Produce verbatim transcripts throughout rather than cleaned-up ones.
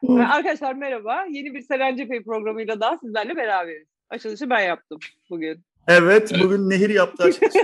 Ve arkadaşlar merhaba. Yeni bir Seren Cephe programıyla daha sizlerle beraberiz. Açılışı ben yaptım bugün. Evet, bugün Nehir yaptı açılışı.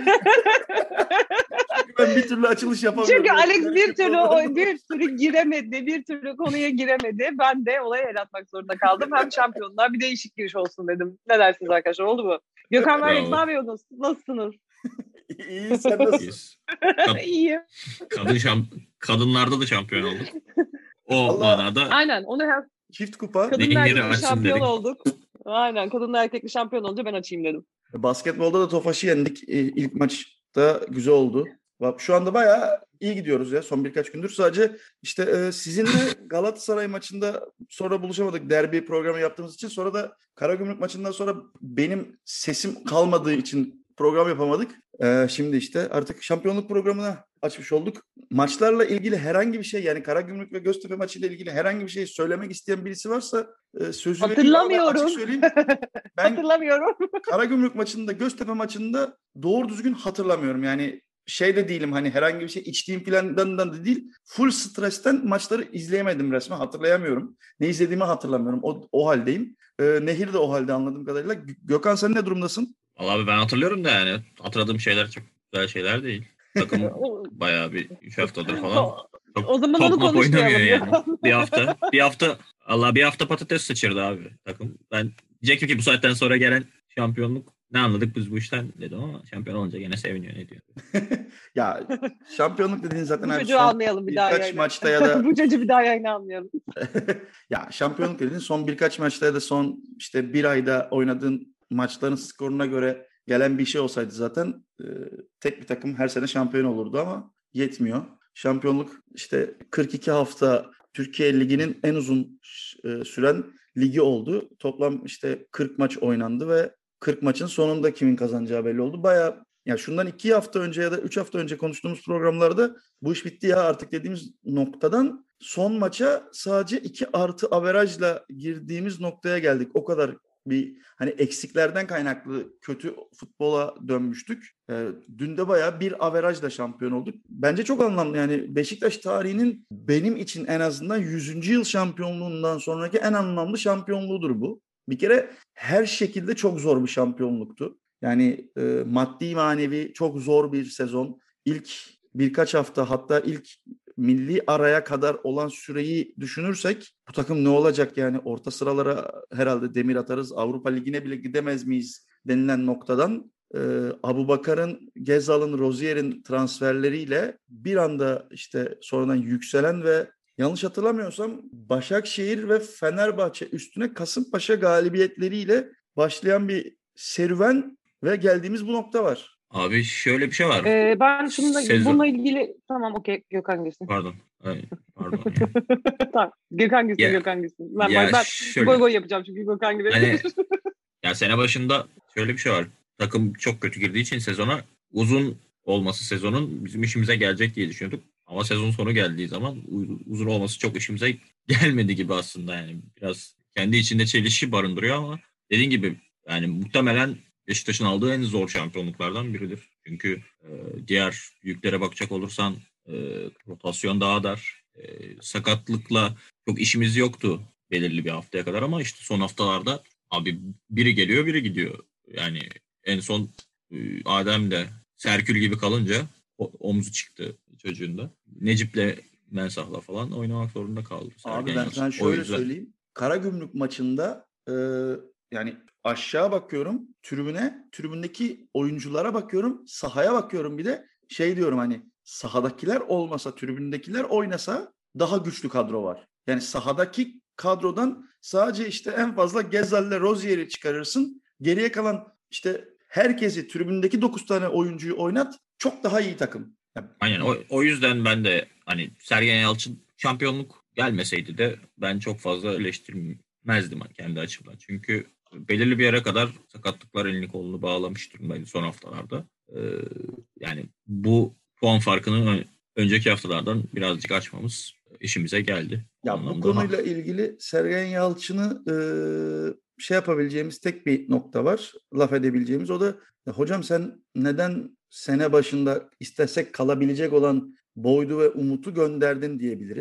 Çünkü ben bir türlü açılış yapamıyorum. Çünkü Alex bir türlü o, bir türlü giremedi, bir türlü konuya giremedi. Ben de olaya el atmak zorunda kaldım. Hem şampiyonluğa bir değişik giriş olsun dedim. Ne dersiniz arkadaşlar, oldu mu? Gökhan ve Alex ne yapıyorsunuz? Nasılsınız? İyi, sen nasılsın? Kad- İyiyim. Kadın şamp kadınlarda da şampiyon olduk. O Allah. manada Aynen, onu hem Çift kupa. kadınla Nehir'i erkekli açsın şampiyon dedik. olduk. Aynen, kadınla erkekli şampiyon olunca ben açayım dedim. Basketbolda da Tofaş'ı yendik. Ee, İlk maçta güzel oldu. Bak, şu anda bayağı iyi gidiyoruz ya son birkaç gündür. Sadece işte e, sizinle Galatasaray maçında sonra buluşamadık derbi programı yaptığımız için. Sonra da Karagümrük maçından sonra benim sesim kalmadığı için program yapamadık. Ee, şimdi işte artık şampiyonluk programına açmış olduk. Maçlarla ilgili herhangi bir şey, yani Karagümrük ve Göztepe maçıyla ilgili herhangi bir şey söylemek isteyen birisi varsa e, sözü vereyim. Ama ben Hatırlamıyorum. açık söyleyeyim. Ben Hatırlamıyorum. Karagümrük maçında, Göztepe maçında doğru düzgün hatırlamıyorum. Yani şey de değilim, hani herhangi bir şey içtiğim filandan da değil. Full stresten maçları izleyemedim resmen. Hatırlayamıyorum. Ne izlediğimi hatırlamıyorum. O, o haldeyim. Ee, Nehir de o halde anladığım kadarıyla. Gö- Gökhan, sen ne durumdasın? Vallahi abi ben hatırlıyorum da yani hatırladığım şeyler çok güzel şeyler değil. Takım bayağı bir üç haftadır falan çok O zaman top onu mop oynamıyor konuşmayalım ya. yani. Bir hafta bir hafta Allah bir hafta patates sıçırdı abi takım. Ben diyecektim ki bu saatten sonra gelen şampiyonluk, ne anladık biz bu işten dedim ama şampiyon olunca gene seviniyor, ne diyor. Ya şampiyonluk dediğin zaten Bu abi çocuğu son almayalım bir daha birkaç yayına. maçta ya da Bu çocuğu bir daha yayına almayalım. ya şampiyonluk dediğin son birkaç maçta ya da son işte bir ayda oynadığın maçların skoruna göre gelen bir şey olsaydı zaten e, tek bir takım her sene şampiyon olurdu ama yetmiyor. Şampiyonluk işte kırk iki hafta Türkiye Ligi'nin en uzun e, süren ligi oldu. Toplam işte kırk maç oynandı ve kırk maçın sonunda kimin kazanacağı belli oldu. Bayağı, ya şundan iki hafta önce ya da üç hafta önce konuştuğumuz programlarda bu iş bitti ya artık dediğimiz noktadan son maça sadece iki artı averajla girdiğimiz noktaya geldik. O kadar bir hani eksiklerden kaynaklı kötü futbola dönmüştük. Ee, dün de bayağı bir averajla şampiyon olduk. Bence çok anlamlı, yani Beşiktaş tarihinin benim için en azından yüzüncü yıl şampiyonluğundan sonraki en anlamlı şampiyonluğudur bu. Bir kere her şekilde çok zor bir şampiyonluktu. Yani e, maddi manevi çok zor bir sezon. İlk birkaç hafta, hatta ilk milli araya kadar olan süreyi düşünürsek bu takım ne olacak, yani orta sıralara herhalde demir atarız, Avrupa Ligi'ne bile gidemez miyiz denilen noktadan e, Abubakar'ın, Gezal'ın, Rozier'in transferleriyle bir anda işte sonradan yükselen ve yanlış hatırlamıyorsam Başakşehir ve Fenerbahçe üstüne Kasımpaşa galibiyetleriyle başlayan bir serüven ve geldiğimiz bu nokta var. Abi şöyle bir şey var. Ee, ben şununla, Sezon- bununla ilgili tamam okey Gökhan girsin. Pardon. Ay, pardon ya. Tamam Gökhan girsin Ya- Gökhan girsin. Ben, ya ben şöyle. goy goy yapacağım çünkü Gökhan gibi. Hani ya sene başında şöyle bir şey var. Takım çok kötü girdiği için sezona, uzun olması sezonun bizim işimize gelecek diye düşünüyorduk. Ama sezon sonu geldiği zaman uzun olması çok işimize gelmedi gibi aslında yani. Biraz kendi içinde çelişki barındırıyor ama dediğin gibi yani muhtemelen Beşiktaş'ın aldığı en zor şampiyonluklardan biridir. Çünkü e, diğer büyüklere bakacak olursan e, rotasyon daha dar. E, sakatlıkla çok işimiz yoktu belirli bir haftaya kadar ama işte son haftalarda abi biri geliyor biri gidiyor. Yani en son e, Adem de Serkül gibi kalınca o, omzu çıktı çocuğun da. Necip'le Mensah'la falan oynamak zorunda kaldı. Abi Sergen ben Yalçın. sana O şöyle yüzden söyleyeyim. Karagümrük maçında e, yani aşağı bakıyorum tribüne, tribündeki oyunculara bakıyorum, sahaya bakıyorum, bir de şey diyorum, hani sahadakiler olmasa, tribündekiler oynasa daha güçlü kadro var. Yani sahadaki kadrodan sadece işte en fazla Gezal'le Rozier'i çıkarırsın. Geriye kalan işte herkesi, tribündeki dokuz tane oyuncuyu oynat, çok daha iyi takım. Yani aynen o, o yüzden ben de hani Sergen Yalçın şampiyonluk gelmeseydi de ben çok fazla eleştirmezdim kendi açımdan. Çünkü belirli bir yere kadar sakatlıklar elini kolunu bağlamış durumdaydı son haftalarda. Ee, yani bu puan farkını önceki haftalardan birazcık açmamız işimize geldi. O Ya bu anlamda konuyla ha- ilgili Sergen Yalçın'ı e, şey yapabileceğimiz tek bir nokta var. Laf edebileceğimiz. O da ya hocam sen neden sene başında istesek kalabilecek olan Boyd'u ve Umut'u gönderdin diyebiliriz.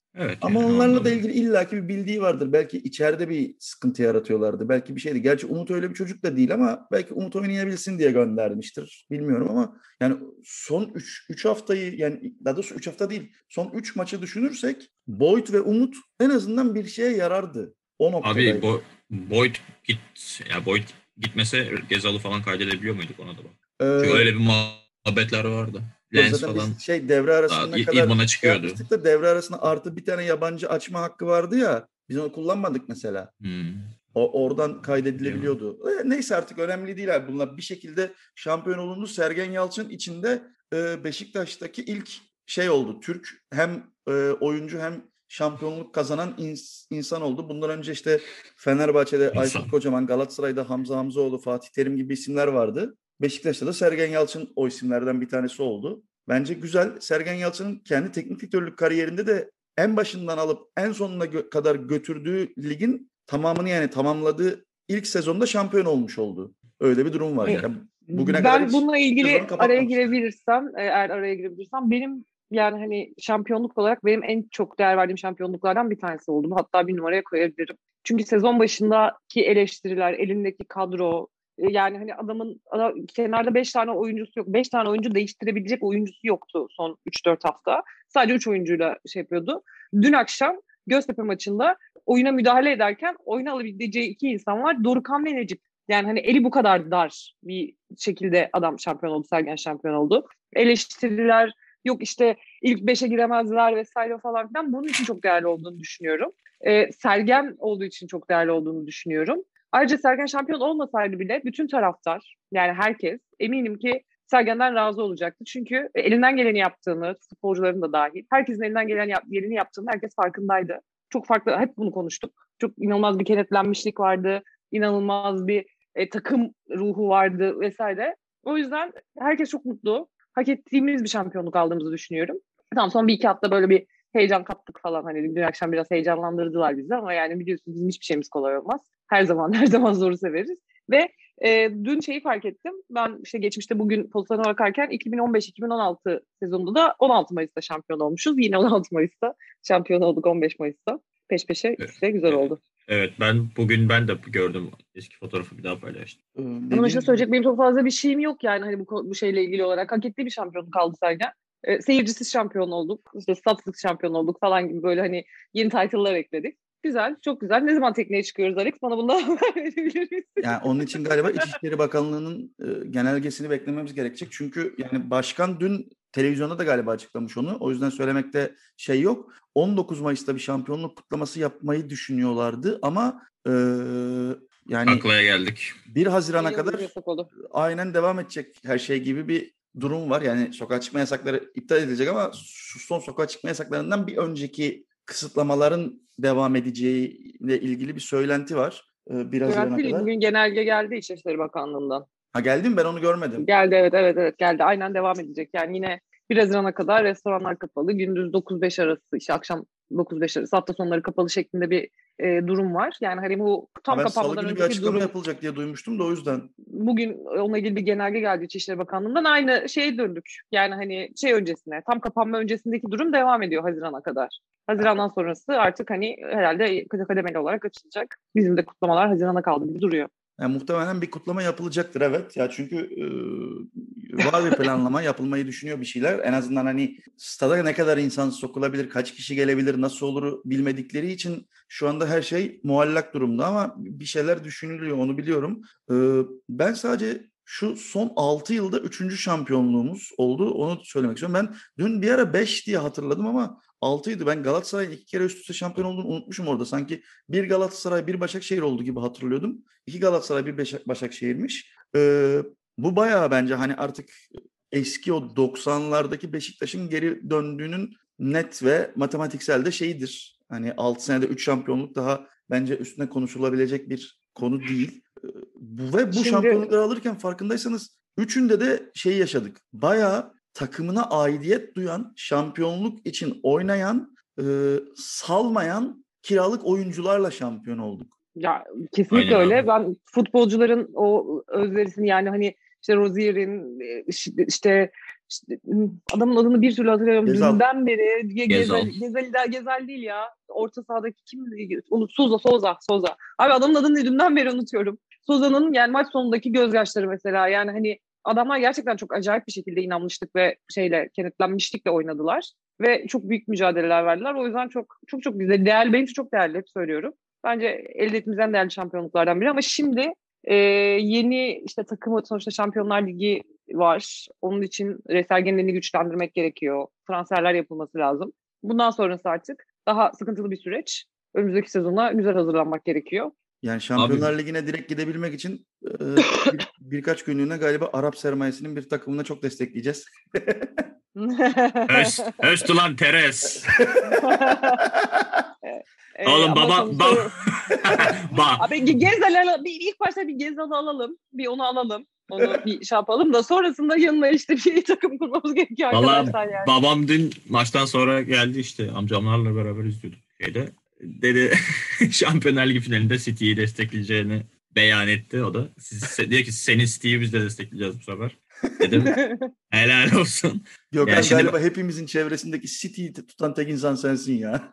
Evet Ama yani onlarla ondan da da. ilgili illaki bir bildiği vardır. Belki içeride bir sıkıntı yaratıyorlardı. Belki bir şeydi. Gerçi Umut öyle bir çocuk da değil ama belki Umut oynayabilsin diye göndermiştir. Bilmiyorum ama yani son üç haftayı, yani daha doğrusu üç hafta değil. Son üç maçı düşünürsek Boyd ve Umut en azından bir şeye yarardı. O Abi noktadaydı. Bo Boyd git ya Boyd gitmese Gezal'ı falan kaydedebiliyor muyduk ona da bak. Çünkü Ee, öyle bir muhabbetler vardı. Yok Lens zaten falan biz şey devre daha arasına İ- kadar idmana şey çıkıyordu. yapmıştık da devre arasında artı bir tane yabancı açma hakkı vardı ya. Biz onu kullanmadık mesela. Hmm. O, oradan Biliyorum. kaydedilebiliyordu. E, neyse artık önemli değil abi. Bunlar bir şekilde şampiyon olundu. Sergen Yalçın içinde e, Beşiktaş'taki ilk şey oldu. Türk hem e, oyuncu hem şampiyonluk kazanan ins- insan oldu. Bundan önce işte Fenerbahçe'de İnsan. Aykut Kocaman, Galatasaray'da Hamza Hamzaoğlu, Fatih Terim gibi isimler vardı. Beşiktaş'ta da Sergen Yalçın o isimlerden bir tanesi oldu. Bence güzel. Sergen Yalçın'ın kendi teknik direktörlük kariyerinde de en başından alıp en sonuna gö- kadar götürdüğü ligin tamamını, yani tamamladığı ilk sezonda şampiyon olmuş oldu. Öyle bir durum var. E, Yani bugüne kadar Ben hiç bununla sezonu ilgili araya kapatmamıştı. girebilirsem, eğer araya girebilirsem, benim yani hani şampiyonluk olarak benim en çok değer verdiğim şampiyonluklardan bir tanesi oldu. Hatta bir numaraya koyabilirim. Çünkü sezon başındaki eleştiriler, elindeki kadro, e, yani hani adamın ada- kenarda beş tane oyuncusu yok. Beş tane oyuncu değiştirebilecek oyuncusu yoktu son üç dört hafta. Sadece üç oyuncuyla şey yapıyordu. Dün akşam Göztepe maçında oyuna müdahale ederken oyuna alabileceği iki insan var. Dorukhan ve Necip. Yani hani eli bu kadar dar bir şekilde adam şampiyon oldu, Sergen şampiyon oldu. Eleştiriler, yok işte ilk beşe giremezler vesaire falan filan, bunun için çok değerli olduğunu düşünüyorum. Ee, Sergen olduğu için çok değerli olduğunu düşünüyorum. Ayrıca Sergen şampiyon olmasaydı bile bütün taraftar, yani herkes eminim ki Sergen'den razı olacaktı. Çünkü elinden geleni yaptığını, futbolcuların da dahil, herkesin elinden gelen yap, geleni yaptığını herkes farkındaydı. Çok farklı, hep bunu konuştuk. Çok inanılmaz bir kenetlenmişlik vardı. İnanılmaz bir e, takım ruhu vardı vesaire. O yüzden herkes çok mutlu. Hak ettiğimiz bir şampiyonluk aldığımızı düşünüyorum. Tamam, son bir iki hafta böyle bir heyecan kaptık falan. Hani dün akşam biraz heyecanlandırdılar bizi ama yani biliyorsunuz bizim hiçbir şeyimiz kolay olmaz. Her zaman her zaman zoru severiz. Ve e, dün şeyi fark ettim. Ben işte geçmişte bugün pozisyona bakarken iki bin on beş iki bin on altı sezonunda da on altı Mayıs'ta şampiyon olmuşuz. Yine on altı Mayıs'ta şampiyon olduk, on beş Mayıs'ta. Peş peşe Evet. ikisi de güzel oldu. Evet, ben bugün ben de gördüm, eski fotoğrafı bir daha paylaştım. Ee, Onun dediğim dışında gibi söyleyecek benim çok fazla bir şeyim yok yani hani bu, bu şeyle ilgili olarak. Hak ettiği bir şampiyonluk kaldı Sergen. E, seyircisiz şampiyon olduk. İşte statsız şampiyon olduk falan gibi böyle hani yeni title'lar ekledik. Güzel, çok güzel. Ne zaman tekneye çıkıyoruz Alex? Bana bundan haber verebilir misin? yani onun için galiba İçişleri Bakanlığı'nın e, genelgesini beklememiz gerekecek. Çünkü yani başkan dün televizyonda da galiba açıklamış onu. O yüzden söylemekte şey yok. on dokuz Mayıs'ta bir şampiyonluk kutlaması yapmayı düşünüyorlardı ama e, yani Aklaya geldik. bir Haziran'a Yıldız kadar yasak oldu. aynen devam edecek her şey gibi bir durum var. Yani sokağa çıkma yasakları iptal edilecek ama şu son sokağa çıkma yasaklarından bir önceki kısıtlamaların devam edeceğiyle ilgili bir söylenti var. Ee, bir Haziran'a Söylenti değil. kadar. Bugün genelge geldi İçişleri Bakanlığı'ndan. Ha geldi mi? Ben onu görmedim. Geldi, evet evet evet geldi. Aynen devam edecek. Yani yine bir Haziran'a kadar restoranlar kapalı. Gündüz dokuz beş arası, işte akşam dokuz beş arası, hafta sonları kapalı şeklinde bir e, durum var. Yani hani bu Ha tam ben Salı kapanmadan günü bir önceki açıklama durum, yapılacak diye duymuştum da o yüzden. bugün onunla ilgili bir genelge geldi İçişleri Bakanlığı'ndan. Aynı şeye döndük. Yani hani şey öncesine, tam kapanma öncesindeki durum devam ediyor Haziran'a kadar. Haziran'dan sonrası artık hani herhalde kademeli olarak açılacak. Bizim de kutlamalar Haziran'a kaldı gibi duruyor. Yani muhtemelen bir kutlama yapılacaktır, evet. Ya çünkü e, var bir planlama, yapılmayı düşünüyor bir şeyler. En azından hani stada ne kadar insan sokulabilir, kaç kişi gelebilir, nasıl olur bilmedikleri için şu anda her şey muallak durumda ama bir şeyler düşünülüyor, onu biliyorum. E, ben sadece şu son altı yılda üçüncü şampiyonluğumuz oldu. Onu söylemek istiyorum. Ben dün bir ara beş diye hatırladım ama altıydı. Ben Galatasaray'ın iki kere üst üste şampiyon olduğunu unutmuşum orada. Sanki bir Galatasaray, bir Başakşehir oldu gibi hatırlıyordum. İki Galatasaray, bir Başakşehir'miş. Ee, bu bayağı bence hani artık eski o doksanlardaki Beşiktaş'ın geri döndüğünün net ve matematiksel de şeyidir. Hani altı senede üç şampiyonluk daha bence üstüne konuşulabilecek bir konu değil. Ee, bu ve bu Şimdi şampiyonlukları alırken farkındaysanız üçünde de şey yaşadık. Bayağı takımına aidiyet duyan, şampiyonluk için oynayan, e, salmayan kiralık oyuncularla şampiyon olduk. ya kesinlikle Aynen abi. öyle. Ben futbolcuların o özverisini, yani hani işte Rozier'in, işte İşte, adamın adını bir türlü hatırlamıyorum. Gezal. Dünden beri Ge- Gezal. Gezel, Gezel, Gezel değil ya. Orta sahadaki kim? Unut, Souza, Souza, Souza. Abi adamın adını dünden beri unutuyorum. Souza'nın yani maç sonundaki gözyaşları mesela. Yani hani adamlar gerçekten çok acayip bir şekilde inanmıştık ve şeyle kenetlenmişlikle oynadılar. Ve çok büyük mücadeleler verdiler. O yüzden çok çok çok güzel. Değerli, benim için çok değerli, hep söylüyorum. Bence elde ettiğimiz en değerli şampiyonluklardan biri. Ama şimdi e, yeni işte takımı, sonuçta Şampiyonlar Ligi var. Onun için Sergen'ini güçlendirmek gerekiyor. Transferler yapılması lazım. Bundan sonrası artık daha sıkıntılı bir süreç. Önümüzdeki sezona güzel hazırlanmak gerekiyor. Yani Şampiyonlar Abi- Ligi'ne direkt gidebilmek için e, bir, birkaç günlüğüne galiba Arap sermayesinin bir takımına çok destekleyeceğiz. Höst, höst ulan Teres. Ee, Oğlum ama baba sonuçta- baba. ba. Abi Gezal'ı bir ilk başta bir Gezal'ı alalım. Bir onu alalım. Onu bir şey yapalım da sonrasında yanına işte bir takım kurmamız gerekiyor Valla arkadaşlar yani. babam dün maçtan sonra geldi, işte amcamlarla beraber izliyorduk şeyde. Dedi Şampiyonlar Ligi finalinde City'yi destekleyeceğini beyan etti o da. Siz, diyor ki senin City'yi biz de destekleyeceğiz bu sefer. Dedim helal olsun. Gökhan Yani şimdi- galiba hepimizin çevresindeki City'yi tutan tek insan sensin ya.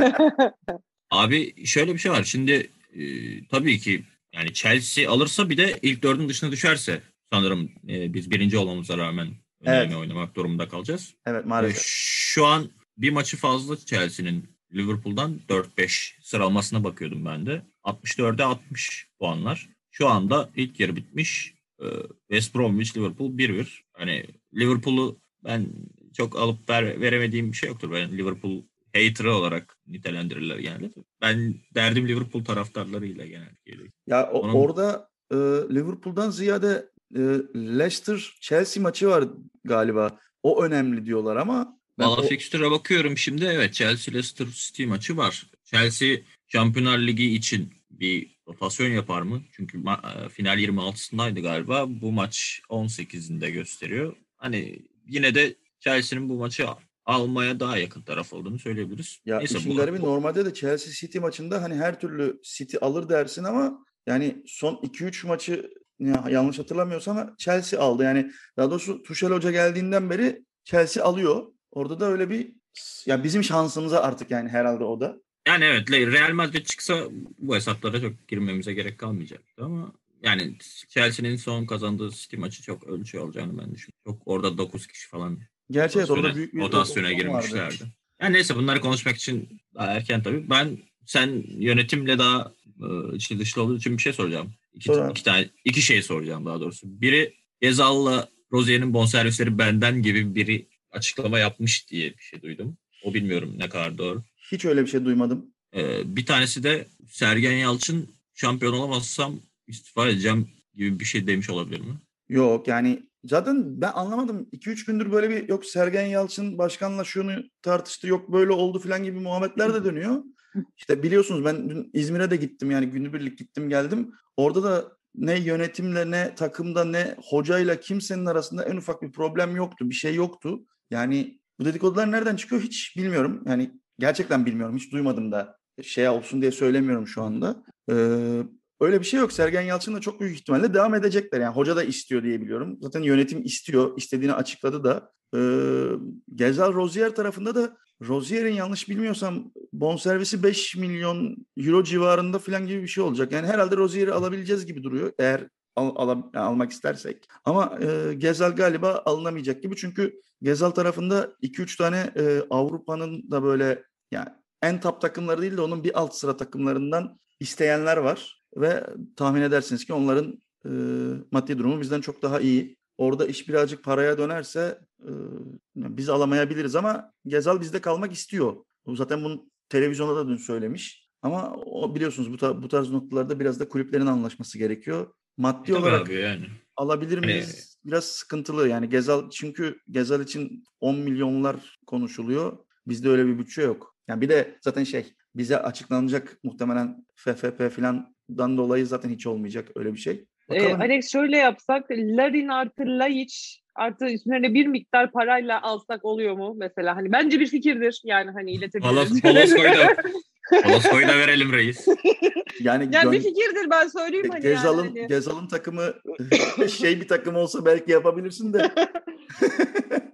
Abi şöyle bir şey var. Şimdi e, tabii ki yani Chelsea alırsa bir de ilk dördün dışına düşerse sanırım e, biz birinci olmamıza rağmen önemli Evet. oynamak durumunda kalacağız. Evet E, maalesef. şu an bir maçı fazla Chelsea'nin Liverpool'dan dört beş sıralamasına bakıyordum ben de. altmış dörde altmış puanlar. Şu anda ilk yarı bitmiş. E, West Bromwich Liverpool bir bir. Hani Liverpool'u ben çok alıp ver, veremediğim bir şey yoktur. Ben Liverpool hater'ı olarak nitelendirirler genelde. Ben derdim Liverpool taraftarlarıyla genelde. Ya o- Onun- orada e, Liverpool'dan ziyade e, Leicester Chelsea maçı var galiba. O önemli diyorlar ama ben Valla o- fikstüre bakıyorum şimdi. Evet, Chelsea Leicester City maçı var. Chelsea Şampiyonlar Ligi için bir rotasyon yapar mı? Çünkü ma- final yirmi altısındaydı galiba. Bu maç on sekizinde gösteriyor. Hani yine de Chelsea'nin bu maçı almaya daha yakın taraf olduğunu söyleyebiliriz. ya Neyse, işin bu- garibi bu- normalde de Chelsea City maçında hani her türlü City alır dersin ama yani son iki üç maçı ya, yanlış hatırlamıyorsam Chelsea aldı. Yani daha doğrusu Tuchel Hoca geldiğinden beri Chelsea alıyor. Orada da öyle bir ya bizim şansımıza artık yani herhalde o da. Yani evet, Real Madrid çıksa bu hesaplara çok girmemize gerek kalmayacaktı ama yani Chelsea'nin son kazandığı City maçı çok ölçü olacağını ben düşünüyorum. Çok orada dokuz kişi falan Gerçi evet, orada rotasyona, büyük bir rotasyona rotasyon vardı. girmişlerdi. Yani neyse, bunları konuşmak için daha erken tabii. Ben sen yönetimle daha e, içli dışlı olduğu için bir şey soracağım. İki, Sonra- iki tane iki şey soracağım daha doğrusu. Biri, Gezal'la Rozier'in bonservisleri benden gibi biri açıklama yapmış diye bir şey duydum. O bilmiyorum ne kadar doğru. Hiç öyle bir şey duymadım. Ee, bir tanesi de Sergen Yalçın şampiyon olamazsam istifa edeceğim gibi bir şey demiş olabilir mi? Yok yani zaten ben anlamadım. iki üç gündür böyle bir yok Sergen Yalçın başkanla şunu tartıştı, yok böyle oldu falan gibi muhabbetler de dönüyor. İşte biliyorsunuz ben dün İzmir'e de gittim, yani günübirlik gittim geldim. Orada da ne yönetimle ne takımda ne hocayla kimsenin arasında en ufak bir problem yoktu. Bir şey yoktu. Yani bu dedikodular nereden çıkıyor hiç bilmiyorum. Yani gerçekten bilmiyorum. Hiç duymadım da şey olsun diye söylemiyorum şu anda. Ee, öyle bir şey yok. Sergen Yalçın'la çok büyük ihtimalle devam edecekler. Yani hoca da istiyor diye biliyorum. Zaten yönetim istiyor. İstediğini açıkladı da. Ee, Gezal Rozier tarafında da Rozier'in yanlış bilmiyorsam bonservisi beş milyon euro civarında falan gibi bir şey olacak. Yani herhalde Rozier'i alabileceğiz gibi duruyor eğer al, al, yani almak istersek. Ama e, Gezal galiba alınamayacak gibi. Çünkü Gezal tarafında iki üç tane e, Avrupa'nın da böyle yani en top takımları değil de onun bir alt sıra takımlarından isteyenler var. Ve tahmin edersiniz ki onların e, maddi durumu bizden çok daha iyi. Orada iş birazcık paraya dönerse e, biz alamayabiliriz ama Gezal bizde kalmak istiyor. Zaten bunu televizyonda da dün söylemiş. Ama o biliyorsunuz bu, tar- bu tarz noktalarda biraz da kulüplerin anlaşması gerekiyor. Maddi Tabii olarak abi yani. alabilir Hani- miyiz? Biraz sıkıntılı. Yani Gezal, çünkü Gezal için on milyonlar konuşuluyor. Bizde öyle bir bütçe yok. Yani bir de zaten şey bize açıklanacak muhtemelen F F P falandan dolayı zaten hiç olmayacak öyle bir şey. Ee, Bakalım. Alex şöyle yapsak, Larin artı Laiç artı üstüne bir miktar parayla alsak oluyor mu mesela? Hani bence bir fikirdir. Yani hani iletebiliriz. Palos, Polosko'yu da, Polosko'yu da verelim reis. Yani Yani gön- bir fikirdir, ben söyleyeyim hani Gezal'ın yani. Hani. Gezal'ın takımı şey bir takım olsa belki yapabilirsin de.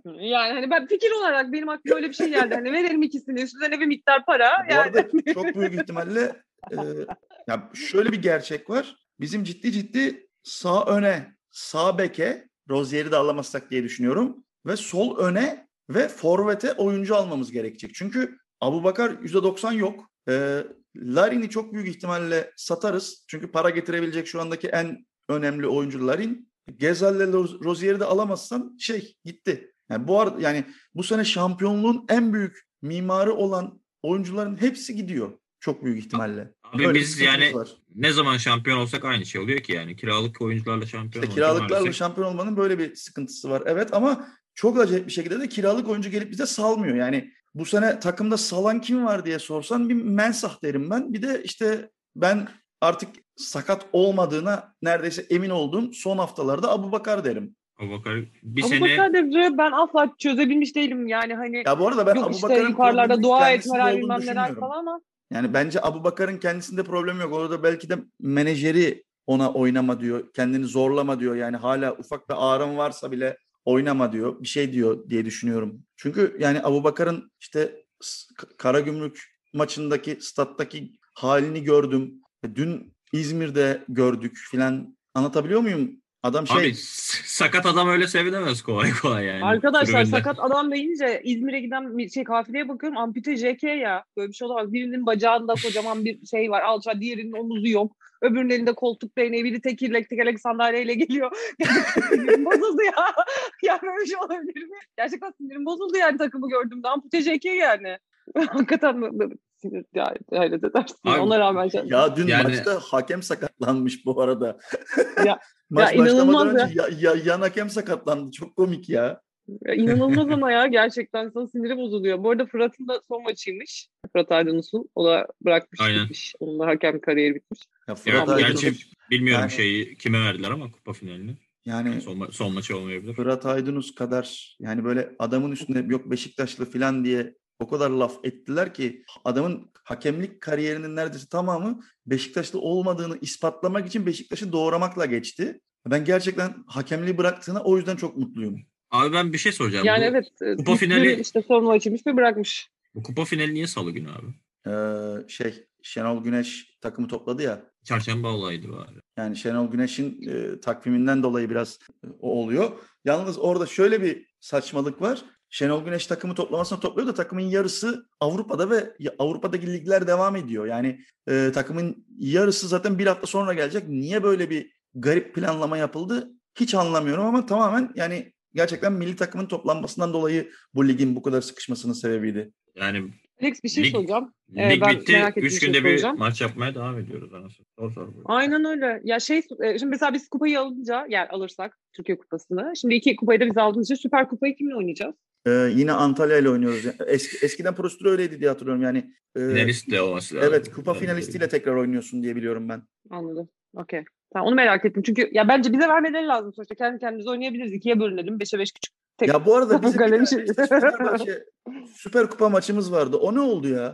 Yani hani ben fikir olarak benim aklıma öyle bir şey geldi. Hani verelim ikisini, üstüne bir miktar para. Bu Yani. arada çok büyük ihtimalle e, ya şöyle bir gerçek var. Bizim ciddi ciddi sağ öne, sağ beke Rozier'i de alamazsak diye düşünüyorum. Ve sol öne ve forvete oyuncu almamız gerekecek. Çünkü Abubakar yüzde doksan yok. E, Larin'i çok büyük ihtimalle satarız. Çünkü para getirebilecek şu andaki en önemli oyuncu Larin. Gezal'le Rozier'i de alamazsan şey gitti. Yani bu arada yani bu sene şampiyonluğun en büyük mimarı olan oyuncuların hepsi gidiyor. Çok büyük ihtimalle. Abi Öyle biz yani var. ne zaman şampiyon olsak aynı şey oluyor ki yani. Kiralık oyuncularla şampiyon İşte olunca kiralıklarla maalesef. şampiyon olmanın böyle bir sıkıntısı var. Evet ama çok acayip bir şekilde de kiralık oyuncu gelip bize salmıyor. Yani bu sene takımda salan kim var diye sorsan bir Mensah derim ben. Bir de işte ben artık sakat olmadığına neredeyse emin olduğum son haftalarda Abubakar derim. Abubakar bir Ama sene sadece ben asla çözebilmiş değilim yani hani. Ya bu arada ben Yok işte Abubakar'ın yukarılarda probleminin dua kendisinde etmeler olduğunu bilmem neler düşünmüyorum. falan ama. Yani bence Abubakar'ın kendisinde problem yok. Orada belki de menajeri ona oynama diyor. Kendini zorlama diyor. Yani hala ufak bir ağrın varsa bile oynama diyor. Bir şey diyor diye düşünüyorum. Çünkü yani Abubakar'ın işte Karagümrük maçındaki stat'taki halini gördüm. Dün İzmir'de gördük filan. Anlatabiliyor muyum? Adam şey... Abi sakat adam öyle sevinemez kolay kolay yani. Arkadaşlar Tribünde. sakat adam deyince İzmir'e giden bir şey kafileye bakıyorum. Ampute J K ya. Böyle bir şey olamaz. Birinin bacağında kocaman bir şey var. Alça, diğerinin omuzu yok. Öbürünün elinde koltuk değneği. Biri tekerlek tekerlek sandalyeyle geliyor. Gerçekten sinirim bozuldu ya. Ya böyle bir şey olabilir mi? Gerçekten sinirim bozuldu yani takımı gördüğümde. Ampute J K yani. Hakikaten sinir ya, hayret edersin. Abi, Ona rağmen. Ya dün yani... maçta hakem sakatlanmış bu arada. Ya, Maç ya başlamadan inanılmaz önce ya. Ya, ya, yan hakem sakatlandı. Çok komik ya. Ya, inanılmaz ama ya gerçekten sana siniri bozuluyor. Bu arada Fırat'ın da son maçıymış. Fırat Aydınus'un. O da bırakmış Aynen. gitmiş. Onun da hakem kariyeri bitmiş. Ya Evet, Aydınus, gerçi bilmiyorum yani, şeyi kime verdiler ama kupa finalini. Yani, yani son, ma- son maçı olmayabilir. Fırat Aydınus kadar yani böyle adamın üstüne yok Beşiktaşlı falan diye o kadar laf ettiler ki adamın hakemlik kariyerinin neredeyse tamamı Beşiktaşlı olmadığını ispatlamak için Beşiktaş'ı doğramakla geçti. Ben gerçekten hakemliği bıraktığına o yüzden çok mutluyum. Abi ben bir şey soracağım. Yani bu evet. Kupa finali işte son maçıymış ve bırakmış. Bu kupa finali niye salı günü abi? Ee, şey Şenol Güneş takımı topladı ya. Çarşamba olaydı bari. Yani Şenol Güneş'in e, takviminden dolayı biraz e, o oluyor. Yalnız orada şöyle bir saçmalık var. Şenol Güneş takımı toplamasına topluyor da takımın yarısı Avrupa'da ve Avrupa'daki ligler devam ediyor. Yani e, takımın yarısı zaten bir hafta sonra gelecek. Niye böyle bir garip planlama yapıldı? Hiç anlamıyorum ama tamamen yani gerçekten milli takımın toplanmasından dolayı bu ligin bu kadar sıkışmasının sebebiydi. Yani Alex bir şey lig, soracağım. Lig ee, ben bitti. Üç şey günde bir soracağım. maç yapmaya devam ediyoruz anasını. Sor sor. Aynen öyle. Ya şey şimdi mesela biz kupayı alınca yani alırsak Türkiye Kupası'nı. Şimdi iki kupayı da biz aldığımız için Süper Kupayı kimle oynayacağız? Ee, yine Antalya ile oynuyoruz. Eski, eskiden prosedür öyleydi diye hatırlıyorum. Yani e, finalist de olması lazım. Evet, kupa finalistiyle tekrar oynuyorsun diye biliyorum ben. Anladım. Okey. Tamam, onu merak ettim. Çünkü ya bence bize vermeleri lazım sonuçta. Kendi kendimize oynayabiliriz. İkiye bölünelim. Beşe beş küçük. Tek. Ya bu arada bizim bir tane şey. işte Fenerbahçe Süper Kupa maçımız vardı. O ne oldu ya?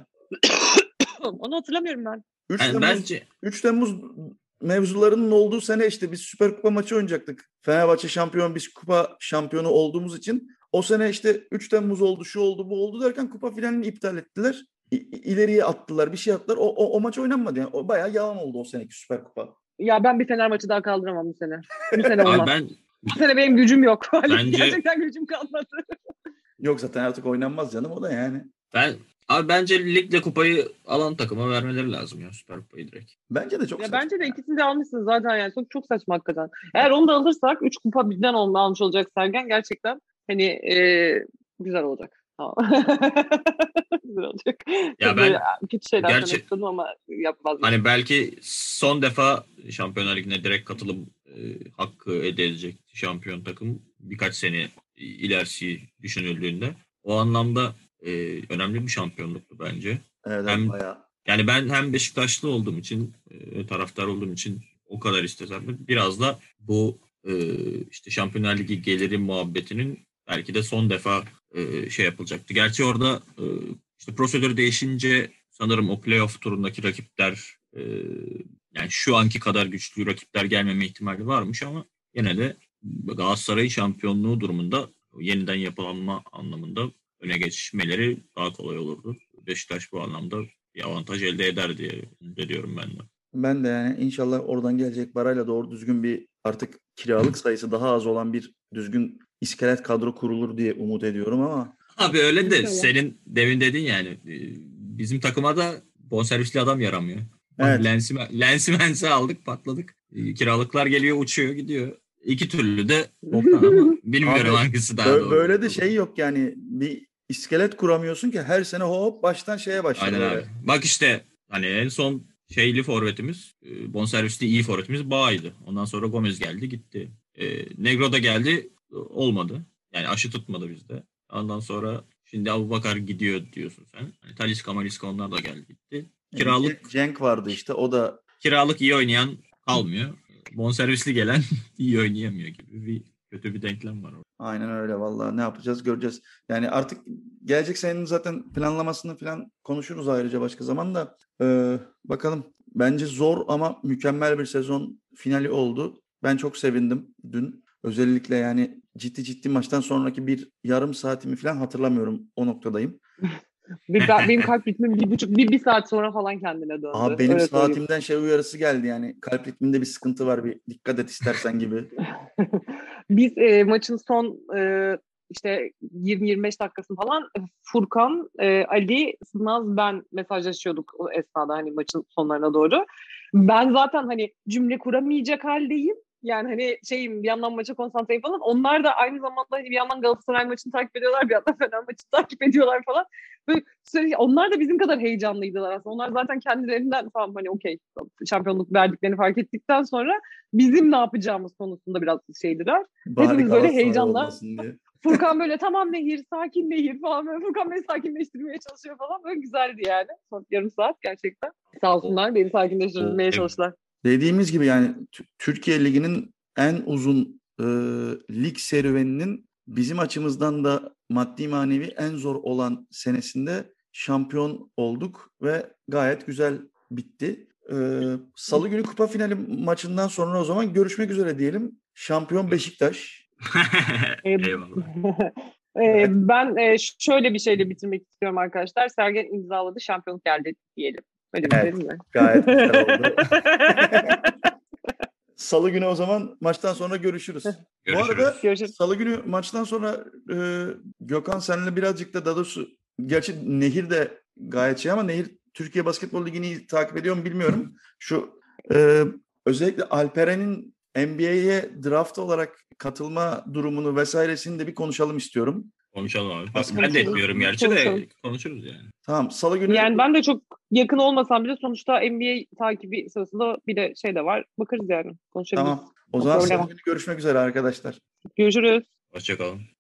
Onu hatırlamıyorum ben. üç Yani Temmuz, bence... üç Temmuz mevzularının olduğu sene işte biz Süper Kupa maçı oynayacaktık. Fenerbahçe şampiyon, biz kupa şampiyonu olduğumuz için o sene işte üç Temmuz oldu, şu oldu, bu oldu derken kupa finalini iptal ettiler. İ- ileriye attılar, bir şey attılar. O, o, o maç oynanmadı yani. O bayağı yalan oldu o seneki Süper Kupa. Ya ben bir Fener maçı daha kaldıramam bu sene. Bu sene olmaz. Abi ben... Bu sene benim gücüm yok. Bence... Gerçekten gücüm kalmadı. Yok zaten artık oynanmaz canım o da yani. Ben Abi bence ligle kupayı alan takıma vermeleri lazım ya, Süper Kupayı direkt. Bence de çok ya saçma. Bence de ikisini de almışsınız zaten yani. Çok, çok saçma hakikaten. Eğer onu da alırsak üç kupa birden olma almış olacak Sergen. Gerçekten hani e, güzel olacak. güzel olacak. Ya ben kötü şeyler gerçi, demek istedim ama yapmaz. Hani belki son defa Şampiyonlar Ligi'ne direkt katılım e, hakkı elde edecek şampiyon takım birkaç sene ilerisi düşünüldüğünde. O anlamda e, önemli bir şampiyonluktu bence. Evet, hem, bayağı. Yani ben hem Beşiktaşlı olduğum için, e, taraftar olduğum için o kadar istesem de biraz da bu e, işte Şampiyonlar Ligi geliri muhabbetinin belki de son defa e, şey yapılacaktı. Gerçi orada e, işte prosedür değişince sanırım o playoff turundaki rakipler e, yani şu anki kadar güçlü rakipler gelmeme ihtimali varmış ama yine de Galatasaray'ın şampiyonluğu durumunda yeniden yapılanma anlamında öne geçmeleri daha kolay olurdu. Beşiktaş bu anlamda bir avantaj elde eder diye diyorum ben de. Ben de yani inşallah oradan gelecek parayla doğru düzgün bir artık kiralık sayısı daha az olan bir düzgün iskelet kadro kurulur diye umut ediyorum ama. Abi öyle de İnşallah. senin demin dedin yani bizim takıma da bonservisli adam yaramıyor. Evet. Lensi, lensi mensi aldık patladık. Kiralıklar geliyor uçuyor gidiyor. İki türlü de boktan ama bilmiyorum Abi, hangisi daha Böyle, doğru. böyle de şey yok yani bir iskelet kuramıyorsun ki her sene hop baştan şeye başlar. Aynen böyle. abi. Bak işte hani en son şeyli forvetimiz, bonservisli iyi forvetimiz Bağ'ydı. Ondan sonra Gomez geldi gitti. E, Negro da geldi olmadı. Yani aşı tutmadı bizde. Ondan sonra şimdi Abubakar gidiyor diyorsun sen. Hani Talisca, Maliska onlar da geldi gitti. Kiralık Cenk vardı işte o da. Kiralık iyi oynayan kalmıyor. Bonservisli gelen iyi oynayamıyor gibi bir kötü bir denklem var orada. Aynen öyle vallahi ne yapacağız göreceğiz. Yani artık gelecek senenin zaten planlamasını falan konuşuruz ayrıca başka zaman da. Ee, bakalım. Bence zor ama mükemmel bir sezon finali oldu. Ben çok sevindim dün. Özellikle yani ciddi ciddi maçtan sonraki bir yarım saatimi falan hatırlamıyorum. O noktadayım. Bir, ben, benim kalp ritmim bir buçuk, bir, bir saat sonra falan kendine döndü. Abi benim Öyle söyleyeyim. saatimden şey uyarısı geldi yani. Kalp ritminde bir sıkıntı var, bir dikkat et istersen gibi. Biz e, maçın son e, işte yirmi yirmi beş dakikasını falan Furkan, e, Ali, Sınaz, ben mesajlaşıyorduk o esnada hani maçın sonlarına doğru. Ben zaten hani cümle kuramayacak haldeyim. Yani hani şeyim bir yandan maça konsantreyim falan. Onlar da aynı zamanda hani bir yandan Galatasaray maçını takip ediyorlar, bir yandan Fener maçını takip ediyorlar falan. Böyle, onlar da bizim kadar heyecanlıydılar aslında. Onlar zaten kendilerinden tamam hani okey şampiyonluk verdiklerini fark ettikten sonra bizim ne yapacağımız konusunda biraz şeydiler. Bari Hepimiz böyle Galatasaray heyecanla. olmasın diye. Furkan böyle tamam Nehir, sakin Nehir falan. Böyle Furkan beni sakinleştirmeye çalışıyor falan. Böyle güzeldi yani. Son yarım saat gerçekten. Sağ olsunlar beni sakinleştirmeye O- çalıştılar. Dediğimiz gibi yani T- Türkiye Ligi'nin en uzun e, lig serüveninin bizim açımızdan da maddi manevi en zor olan senesinde şampiyon olduk ve gayet güzel bitti. E, Salı günü kupa finali maçından sonra o zaman görüşmek üzere diyelim. Şampiyon Beşiktaş. Eyvallah. Ee, ben e, şöyle bir şeyle bitirmek istiyorum arkadaşlar. Sergen imzaladı, şampiyonluk geldi diyelim. Öyle Evet. bitirelim mi? Gayet güzel oldu. Salı günü o zaman maçtan sonra görüşürüz. Bu arada Görüşürüz. Görüşürüz. Salı günü maçtan sonra e, Gökhan seninle birazcık da daha doğrusu gerçi Nehir de gayet şey ama Nehir Türkiye Basketbol Ligi'ni takip ediyor mu bilmiyorum. Şu e, özellikle Alperen'in N B A'ye draft olarak katılma durumunu vesairesini de bir konuşalım istiyorum. Konuşalım abi. Konuşalım. Ben de etmiyorum gerçi Konuşalım. de konuşuruz yani. Tamam Salı günü Yani ben de çok yakın olmasam bile sonuçta N B A takibi sırasında bir de şey de var. Bakarız yani. Konuşabiliriz. tamam. O No zaman problem. Salı günü görüşmek üzere arkadaşlar. Görüşürüz. Hoşçakalın.